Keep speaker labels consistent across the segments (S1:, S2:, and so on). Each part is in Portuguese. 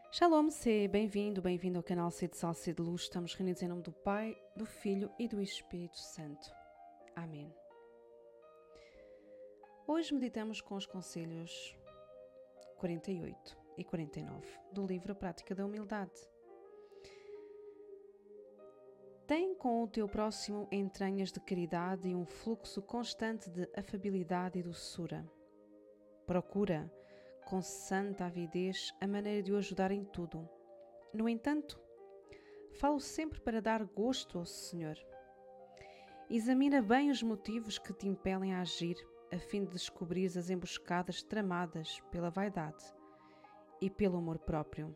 S1: Shalom, seja bem-vindo, bem-vindo ao canal C de Sal, C de Luz. Estamos reunidos em nome do Pai, do Filho e do Espírito Santo. Amém. Hoje meditamos com os conselhos 48 e 49 do livro A Prática da Humildade. Tem com o teu próximo entranhas de caridade e um fluxo constante de afabilidade e doçura. Procura, com santa avidez, a maneira de o ajudar em tudo. No entanto, falo sempre para dar gosto ao Senhor. Examina bem os motivos que te impelem a agir, a fim de descobrir as emboscadas tramadas pela vaidade e pelo amor próprio.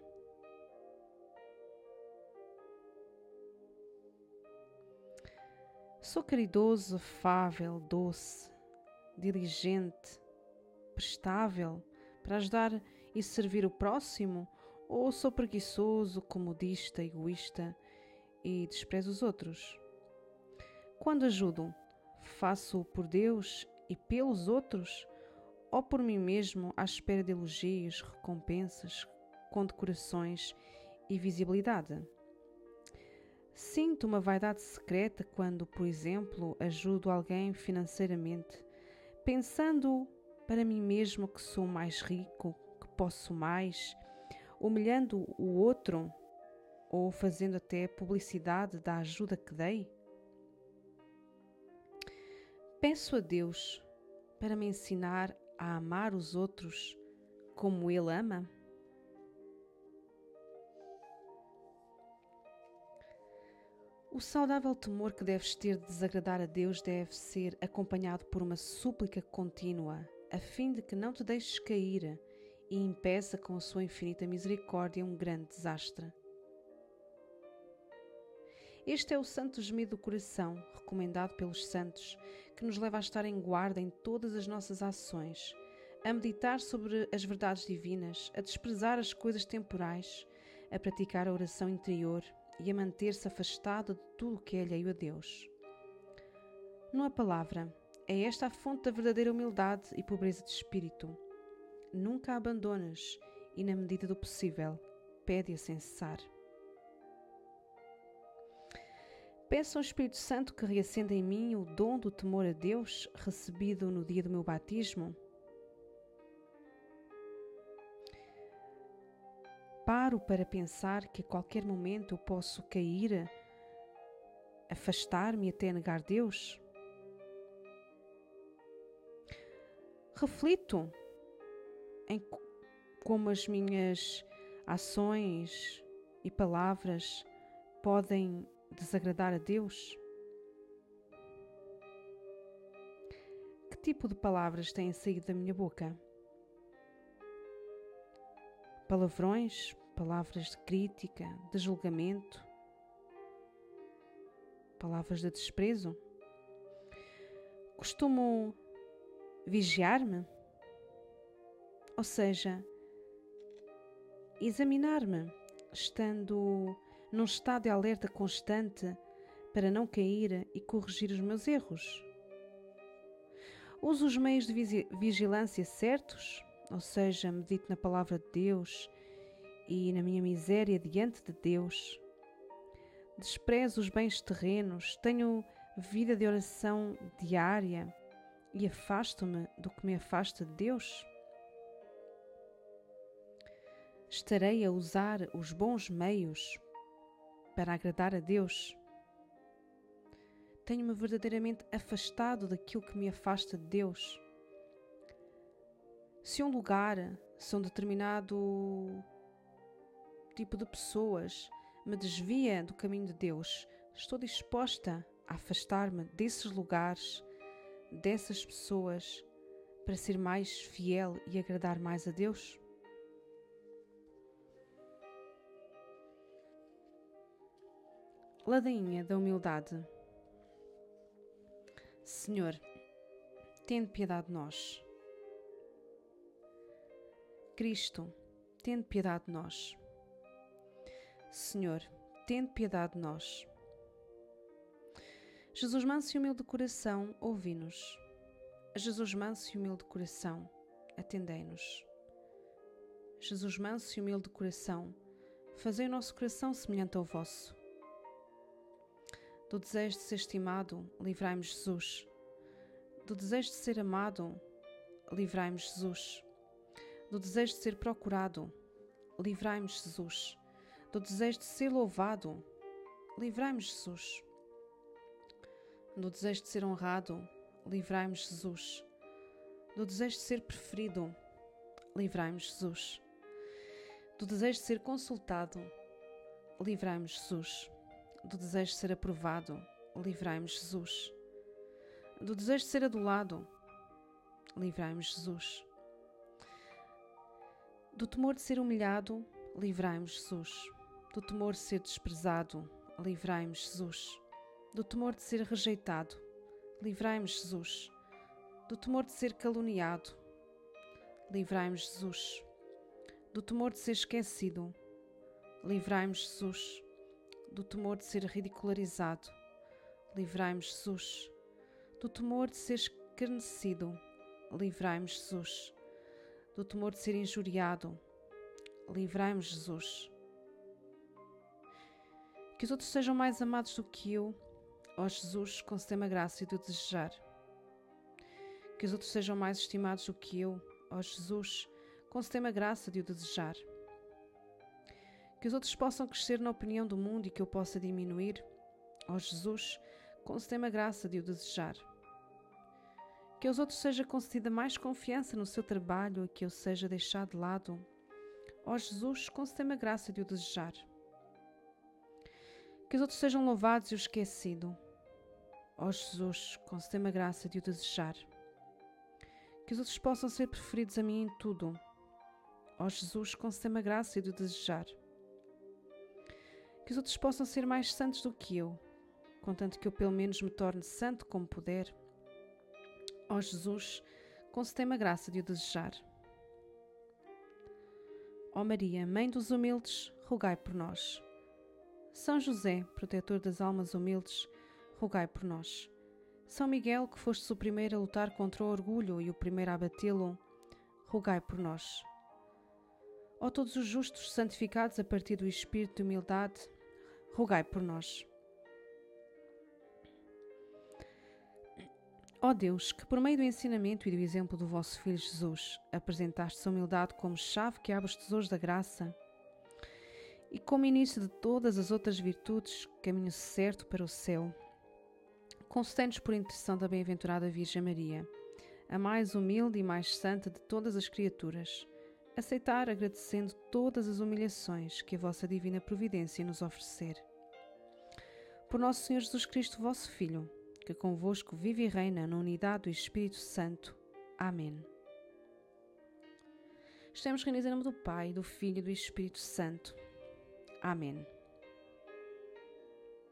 S1: Sou caridoso, afável, doce, diligente, prestável, para ajudar e servir o próximo, ou sou preguiçoso, comodista, egoísta e desprezo os outros? Quando ajudo, faço-o por Deus e pelos outros, ou por mim mesmo à espera de elogios, recompensas, condecorações e visibilidade? Sinto uma vaidade secreta quando, por exemplo, ajudo alguém financeiramente, pensando para mim mesmo que sou mais rico, que posso mais, humilhando o outro ou fazendo até publicidade da ajuda que dei? Peço a Deus para me ensinar a amar os outros como Ele ama? O saudável temor que deves ter de desagradar a Deus deve ser acompanhado por uma súplica contínua, a fim de que não te deixes cair e impeça com a sua infinita misericórdia um grande desastre. Este é o santo gemido do coração, recomendado pelos santos, que nos leva a estar em guarda em todas as nossas ações, a meditar sobre as verdades divinas, a desprezar as coisas temporais, a praticar a oração interior e a manter-se afastado de tudo o que é alheio a Deus. Numa palavra, é esta a fonte da verdadeira humildade e pobreza de espírito. Nunca a abandonas e, na medida do possível, pede-a sem cessar. Peço ao Espírito Santo que reacenda em mim o dom do temor a Deus, recebido no dia do meu batismo. Paro para pensar que a qualquer momento eu posso cair, afastar-me até negar Deus? Reflito em como as minhas ações e palavras podem desagradar a Deus? Que tipo de palavras têm saído da minha boca? Palavrões, palavras de crítica, de julgamento, palavras de desprezo? Costumo vigiar-me? Ou seja, examinar-me, estando num estado de alerta constante para não cair e corrigir os meus erros? Uso os meios de vigilância certos? Ou seja, medito na palavra de Deus e na minha miséria diante de Deus? Desprezo os bens terrenos? Tenho vida de oração diária e afasto-me do que me afasta de Deus? Estarei a usar os bons meios para agradar a Deus? Tenho-me verdadeiramente afastado daquilo que me afasta de Deus? Se um lugar, se um determinado tipo de pessoas me desvia do caminho de Deus, estou disposta a afastar-me desses lugares, dessas pessoas, para ser mais fiel e agradar mais a Deus? Ladainha da humildade. Senhor, tende piedade de nós. Cristo, tende piedade de nós. Senhor, tende piedade de nós. Jesus manso e humilde de coração, ouvi-nos. Jesus manso e humilde de coração, atendei-nos. Jesus manso e humilde de coração, fazei o nosso coração semelhante ao vosso. Do desejo de ser estimado, livrai-me, Jesus. Do desejo de ser amado, livrai-me, Jesus. Do desejo de ser procurado, livrai-me, Jesus. Do desejo de ser louvado, livrai-me, Jesus. Do desejo de ser honrado, livrai-me, Jesus. Do desejo de ser preferido, livrai-me, Jesus. Do desejo de ser consultado, livrai-me, Jesus. Do desejo de ser aprovado, livrai-me, Jesus. Do desejo de ser adulado, livrai-me, Jesus. Do temor de ser humilhado, livrai-me, Jesus. Do temor de ser desprezado, livrai-me, Jesus. Do temor de ser rejeitado, livrai-me, Jesus. Do temor de ser caluniado, livrai-me, Jesus. Do temor de ser esquecido, livrai-me, Jesus. Do temor de ser ridicularizado, livrai-me, Jesus. Do temor de ser escarnecido, livrai-me, Jesus. Do temor de ser injuriado, livrai-me, Jesus. Que os outros sejam mais amados do que eu, ó Jesus, concede-me a graça de o desejar. Que os outros sejam mais estimados do que eu, ó Jesus, concede-me a graça de o desejar. Que os outros possam crescer na opinião do mundo e que eu possa diminuir, ó Jesus, concede-me a graça de o desejar. Que aos outros seja concedida mais confiança no seu trabalho e que eu seja deixado de lado, ó Jesus, concede-me a graça de o desejar. Que os outros sejam louvados e o esquecido, ó Jesus, concede-me a graça de o desejar. Que os outros possam ser preferidos a mim em tudo, ó Jesus, concede-me a graça de o desejar. Que os outros possam ser mais santos do que eu, contanto que eu pelo menos me torne santo como puder, ó Jesus, concede-me a graça de o desejar. Ó Maria, Mãe dos humildes, rogai por nós. São José, protetor das almas humildes, rogai por nós. São Miguel, que fostes o primeiro a lutar contra o orgulho e o primeiro a abatê-lo, rogai por nós. Ó todos os justos santificados a partir do espírito de humildade, rogai por nós. Ó Deus, que por meio do ensinamento e do exemplo do vosso Filho Jesus, apresentastes a humildade como chave que abre os tesouros da graça e como início de todas as outras virtudes, caminho certo para o céu, concedei-nos por intercessão da bem-aventurada Virgem Maria, a mais humilde e mais santa de todas as criaturas, aceitar agradecendo todas as humilhações que a vossa divina providência nos oferecer. Por nosso Senhor Jesus Cristo, vosso Filho, que convosco vive e reina na unidade do Espírito Santo. Amém. Estamos reunidos em nome do Pai, do Filho e do Espírito Santo. Amém.